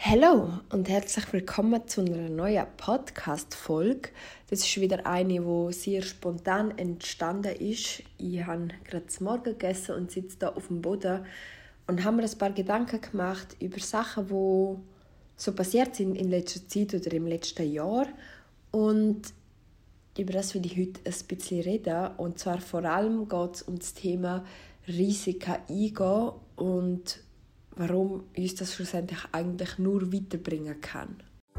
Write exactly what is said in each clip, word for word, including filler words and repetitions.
Hallo und herzlich willkommen zu einer neuen Podcast-Folge. Das ist wieder eine, die sehr spontan entstanden ist. Ich habe gerade zum Morgen gegessen und sitze hier auf dem Boden und habe mir ein paar Gedanken gemacht über Sachen, die so passiert sind in letzter Zeit oder im letzten Jahr. Und über das will ich heute ein bisschen reden. Und zwar vor allem geht es um das Thema Risiken eingehen und warum uns das schlussendlich eigentlich nur weiterbringen kann.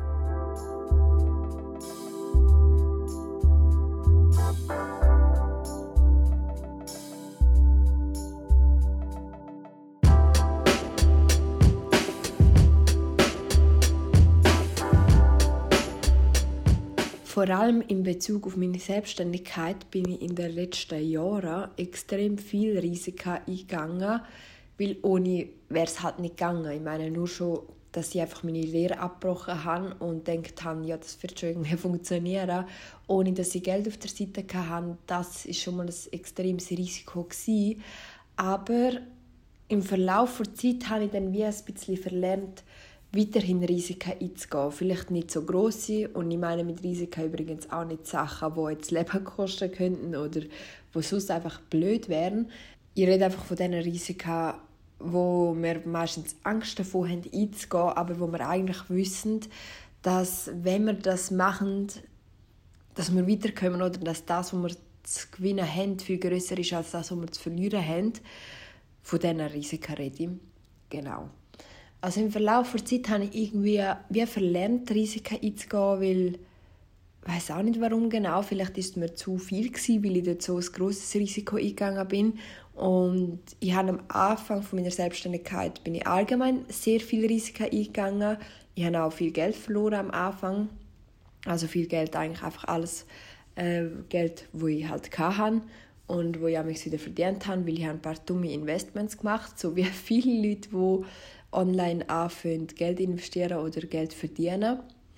Vor allem in Bezug auf meine Selbstständigkeit bin ich in den letzten Jahren extrem viel Risiken eingegangen, weil ohne wäre es halt nicht gegangen. Ich meine nur schon, dass ich einfach meine Lehre abgebrochen habe und gedacht habe, ja, das wird schon irgendwie funktionieren, ohne dass ich Geld auf der Seite hatte. Das war schon mal ein extremes Risiko gewesen. Aber im Verlauf der Zeit habe ich dann wie ein bisschen verlernt, weiterhin Risiken einzugehen. Vielleicht nicht so grosse, und ich meine mit Risiken übrigens auch nicht Sachen, die jetzt Leben kosten könnten oder die sonst einfach blöd wären. Ich rede einfach von diesen Risiken, wo wir meistens Angst davor haben, einzugehen, aber wo wir eigentlich wissen, dass, wenn wir das machen, dass wir weiterkommen oder dass das, was wir zu gewinnen haben, viel grösser ist als das, was wir zu verlieren haben. Von diesen Risiken rede ich. Genau. Also im Verlauf der Zeit habe ich irgendwie wie verlernt, Risiken einzugehen, weil ich weiss auch nicht warum genau. Vielleicht war es mir zu viel gewesen, weil ich dort so ein grosses Risiko eingegangen bin. Und ich habe am Anfang von meiner Selbstständigkeit bin ich allgemein sehr viele Risiken eingegangen. Ich habe auch viel Geld verloren am Anfang. Also viel Geld, eigentlich einfach alles äh, Geld, das ich halt hatte und wo ich mich wieder verdient habe, weil ich ein paar dumme Investments gemacht habe, so wie viele Leute, die online anfangen, Geld investieren oder Geld verdienen.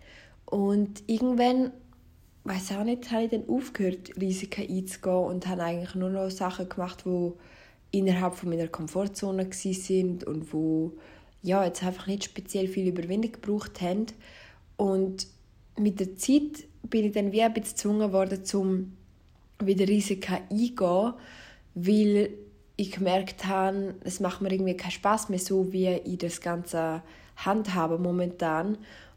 Und irgendwann, weiss auch nicht, habe ich dann aufgehört, Risiken einzugehen und habe eigentlich nur noch Sachen gemacht, die innerhalb von meiner Komfortzone waren und wo ja, jetzt einfach nicht speziell viel Überwindung gebraucht haben. Und mit der Zeit bin ich dann wie ein bisschen gezwungen worden, um wieder Risiken einzugehen, weil ich gemerkt habe, es macht mir irgendwie keinen Spass mehr, so wie ich das Ganze handhabe momentan.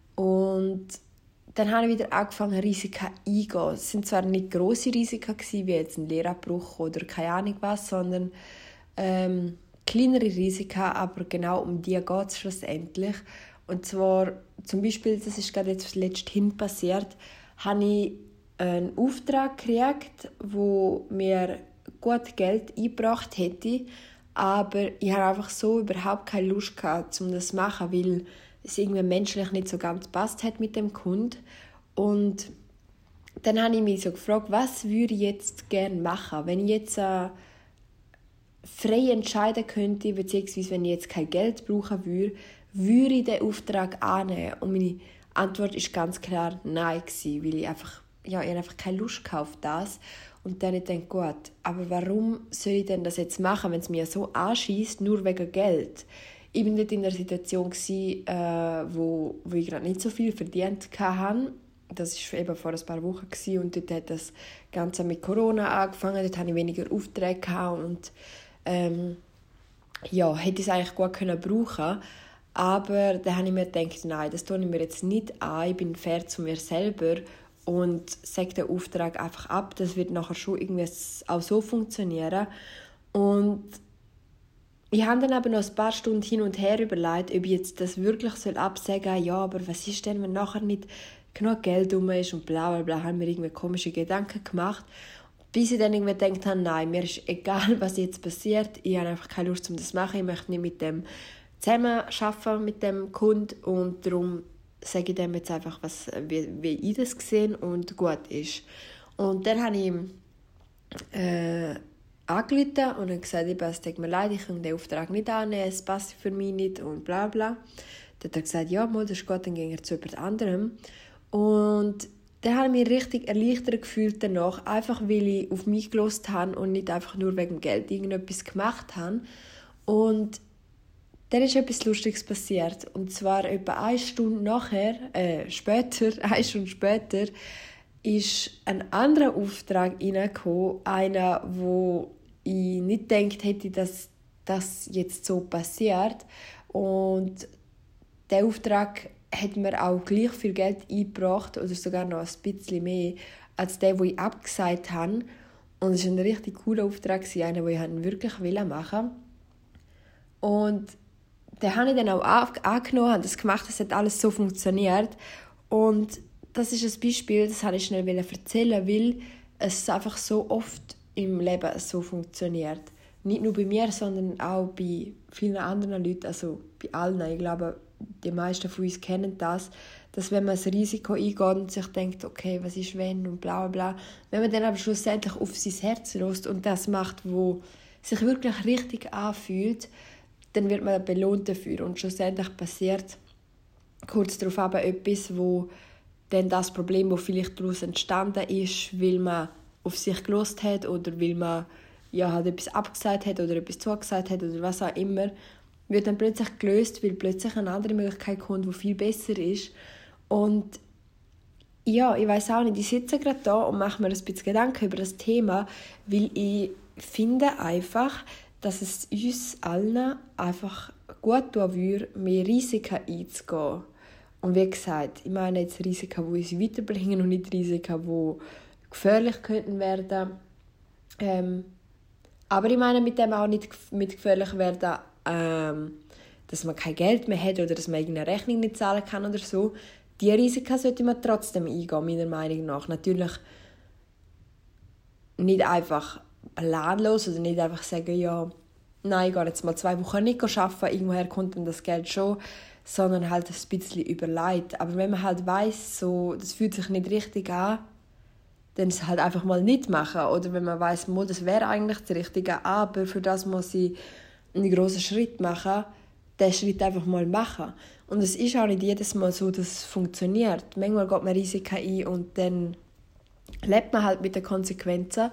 Und dann habe ich wieder angefangen, Risiken einzugehen. Es sind zwar nicht grosse Risiken gewesen, wie jetzt ein Lehrabbruch oder keine Ahnung was, sondern ähm, kleinere Risiken, aber genau um die geht es schlussendlich. Und zwar, zum Beispiel, das ist gerade jetzt letzthin passiert, habe ich einen Auftrag gekriegt, wo mir gut Geld eingebracht hätte, aber ich habe einfach so überhaupt keine Lust gehabt, um das zu machen, weil es irgendwie menschlich nicht so ganz gepasst hat mit dem Kunden. Und dann habe ich mich so gefragt, was würde ich jetzt gerne machen, wenn ich jetzt äh, frei entscheiden könnte, beziehungsweise wenn ich jetzt kein Geld brauchen würde, würde ich den Auftrag annehmen? Und meine Antwort war ganz klar nein, weil ich einfach, ja, ich einfach keine Lust auf das. Und dann dachte ich, gut, aber warum soll ich denn das jetzt machen, wenn es mir so anschießt, nur wegen Geld? Ich war nicht in der Situation, äh, wo, wo ich gerade nicht so viel verdient hatte. Das war eben vor ein paar Wochen und dort hat das Ganze mit Corona angefangen. Dort hatte ich weniger Aufträge und ähm, ja, hätte ich es eigentlich gut können brauchen. Aber dann habe ich mir gedacht, nein, das tue ich mir jetzt nicht an. Ich bin fair zu mir selber und sage den Auftrag einfach ab. Das wird nachher schon irgendwie auch so funktionieren. Und ich habe dann aber noch ein paar Stunden hin und her überlegt, ob ich jetzt das wirklich absagen soll. Ja, aber was ist denn, wenn nachher nicht genug Geld rum ist und bla bla bla. Haben mir irgendwie komische Gedanken gemacht. Bis ich dann irgendwie gedacht habe, nein, mir ist egal, was jetzt passiert. Ich habe einfach keine Lust, um das zu machen. Ich möchte nicht mit dem zusammenarbeiten, mit dem Kunden. Und darum sage ich dem jetzt einfach, was, wie, wie ich das sehe und gut ist. Und dann habe ich ihm äh, angerufen und gesagt, es tut mir leid, ich kann den Auftrag nicht annehmen, es passt für mich nicht und bla bla. Dann hat er gesagt, ja, mal, das ist gut, dann ging er zu jemand anderem. Und dann habe ich mich richtig erleichtert gefühlt danach, einfach weil ich auf mich gehört habe und nicht einfach nur wegen Geld irgendetwas gemacht habe. Und dann ist etwas Lustiges passiert. Und zwar etwa eine Stunde nachher, äh, später, eine Stunde später, ist ein anderer Auftrag reingekommen. Einer, wo ich nicht gedacht hätte, dass das jetzt so passiert. Und der Auftrag hat mir auch gleich viel Geld eingebracht, oder sogar noch ein bisschen mehr, als der, den ich abgesagt habe. Und es war ein richtig cooler Auftrag, einer, den ich wirklich machen wollte. Und den habe ich dann auch angenommen, habe das gemacht, es hat alles so funktioniert. Und das ist ein Beispiel, das wollte ich schnell erzählen, weil es einfach so oft im Leben so funktioniert. Nicht nur bei mir, sondern auch bei vielen anderen Leuten, also bei allen. Ich glaube, die meisten von uns kennen das, dass wenn man ein Risiko eingeht und sich denkt, okay, was ist wenn und bla bla bla, wenn man dann aber schlussendlich auf sein Herz lässt und das macht, was sich wirklich richtig anfühlt, dann wird man belohnt dafür. Und schlussendlich passiert kurz darauf aber etwas, wo dann das Problem, das vielleicht daraus entstanden ist, weil man auf sich gehört hat oder weil man ja, halt etwas abgesagt hat oder etwas zugesagt hat oder was auch immer, wird dann plötzlich gelöst, weil plötzlich eine andere Möglichkeit kommt, die viel besser ist. Und ja, ich weiss auch nicht, ich sitze gerade da und mache mir ein bisschen Gedanken über das Thema, weil ich finde einfach, dass es uns allen einfach gut tun würde, mehr Risiken einzugehen. Und wie gesagt, ich meine jetzt Risiken, die uns weiterbringen und nicht Risiken, die gefährlich könnten werden. Ähm, aber ich meine mit dem auch nicht mit gefährlich werden, ähm, dass man kein Geld mehr hat oder dass man irgendeine Rechnung nicht zahlen kann oder so. Die Risiken sollte man trotzdem eingehen, meiner Meinung nach. Natürlich nicht einfach planlos oder nicht einfach sagen, ja, nein, ich gehe jetzt mal zwei Wochen nicht arbeiten, irgendwoher kommt dann das Geld schon, sondern halt ein bisschen überlegt. Aber wenn man halt weiss, so, das fühlt sich nicht richtig an, dann es halt einfach mal nicht machen. Oder wenn man weiss, das wäre eigentlich das Richtige, aber für das muss ich einen grossen Schritt machen, den Schritt einfach mal machen. Und es ist auch nicht jedes Mal so, dass es funktioniert. Manchmal geht man Risiken ein und dann lebt man halt mit den Konsequenzen.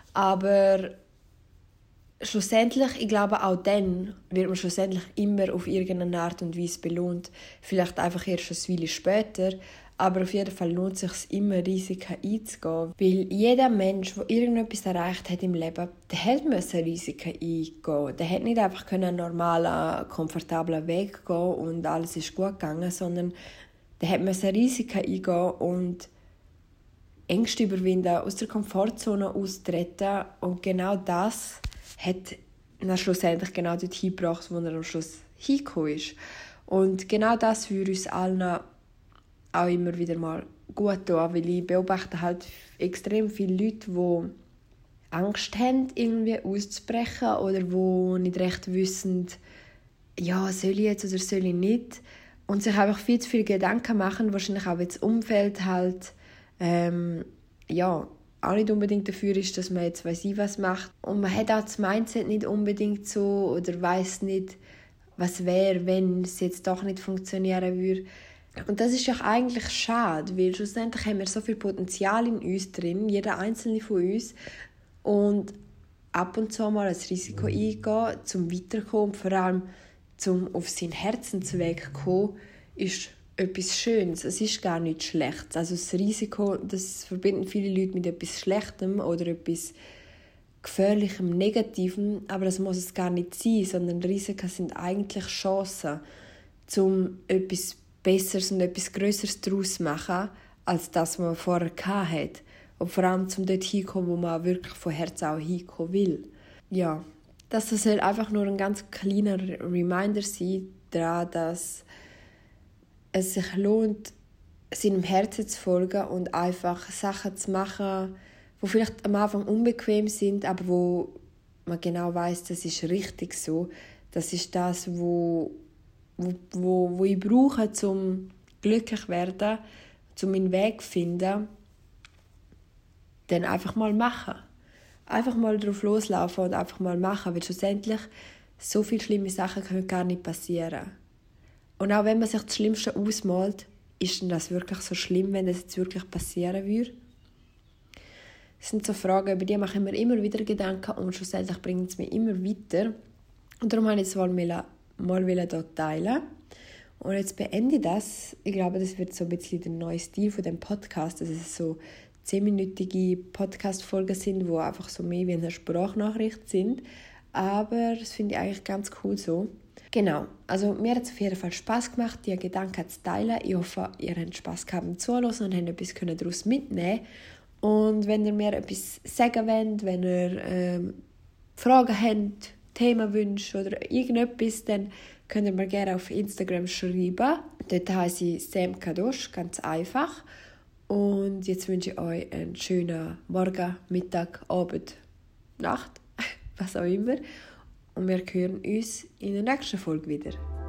Aber schlussendlich, ich glaube, auch dann wird man schlussendlich immer auf irgendeine Art und Weise belohnt. Vielleicht einfach erst ein Weile später. Aber auf jeden Fall lohnt es sich immer, Risiken einzugehen. Weil jeder Mensch, der irgendetwas erreicht hat im Leben, der musste Risiken eingehen. Der hat nicht einfach einen normalen, komfortablen Weg gehen und alles ist gut gegangen, sondern der musste Risiken eingehen und Ängste überwinden, aus der Komfortzone austreten. Und genau das hat ihn schlussendlich genau dorthin gebracht, wo er am Schluss hingekommen ist. Und genau das würde uns allen auch immer wieder mal gut tun, weil ich beobachte halt extrem viele Leute, die Angst haben, irgendwie auszubrechen oder die nicht recht wissen, ja, soll ich jetzt oder soll ich nicht, und sich einfach viel zu viele Gedanken machen, wahrscheinlich auch, wenn das Umfeld halt ähm, ja, auch nicht unbedingt dafür ist, dass man jetzt weiss ich was macht, und man hat auch das Mindset nicht unbedingt so oder weiss nicht, was wäre, wenn es jetzt doch nicht funktionieren würde. Und das ist ja eigentlich schade, weil schlussendlich haben wir so viel Potenzial in uns drin, jeder einzelne von uns. Und ab und zu mal ein Risiko eingehen, zum Weiterkommen, vor allem zum auf seinen Herzensweg kommen, ist etwas Schönes. Es ist gar nichts Schlechtes. Also das Risiko, das verbinden viele Leute mit etwas Schlechtem oder etwas Gefährlichem, Negativem, aber das muss es gar nicht sein, sondern Risiken sind eigentlich Chancen, um etwas Besseres und etwas Grösseres daraus zu machen, als das, was man vorher hatte. Und vor allem, um dort hinzukommen, wo man wirklich von Herzen auch hinkommen will. Ja, das soll einfach nur ein ganz kleiner Reminder sein, daran, dass es sich lohnt, seinem Herzen zu folgen und einfach Sachen zu machen, die vielleicht am Anfang unbequem sind, aber wo man genau weiss, das ist richtig so. Das ist das, wo Wo, wo, wo ich brauche, um glücklich zu werden, um meinen Weg zu finden, dann einfach mal machen. Einfach mal drauf loslaufen und einfach mal machen, weil schlussendlich so viele schlimme Sachen können gar nicht passieren. Und auch wenn man sich das Schlimmste ausmalt, ist denn das wirklich so schlimm, wenn das jetzt wirklich passieren würde? Das sind so Fragen, über die mache ich mir immer wieder Gedanken und schlussendlich bringen es mich immer weiter. Und darum wollte ich jetzt mal mal dort teilen. Und jetzt beende ich das. Ich glaube, das wird so ein bisschen der neue Stil von dem Podcast, dass es so zehnminütige Podcast-Folgen sind, die einfach so mehr wie eine Sprachnachricht sind. Aber das finde ich eigentlich ganz cool so. Genau, also mir hat es auf jeden Fall Spass gemacht, die Gedanken zu teilen. Ich hoffe, ihr habt Spass gehabt beim Zuhören und habt etwas daraus mitnehmen können. Und wenn ihr mir etwas sagen wollt, wenn ihr ähm, Fragen habt, Themenwünsche oder irgendetwas, dann könnt ihr mir gerne auf Instagram schreiben. Dort heisse ich Sam Kadosh, ganz einfach. Und jetzt wünsche ich euch einen schönen Morgen, Mittag, Abend, Nacht, was auch immer. Und wir hören uns in der nächsten Folge wieder.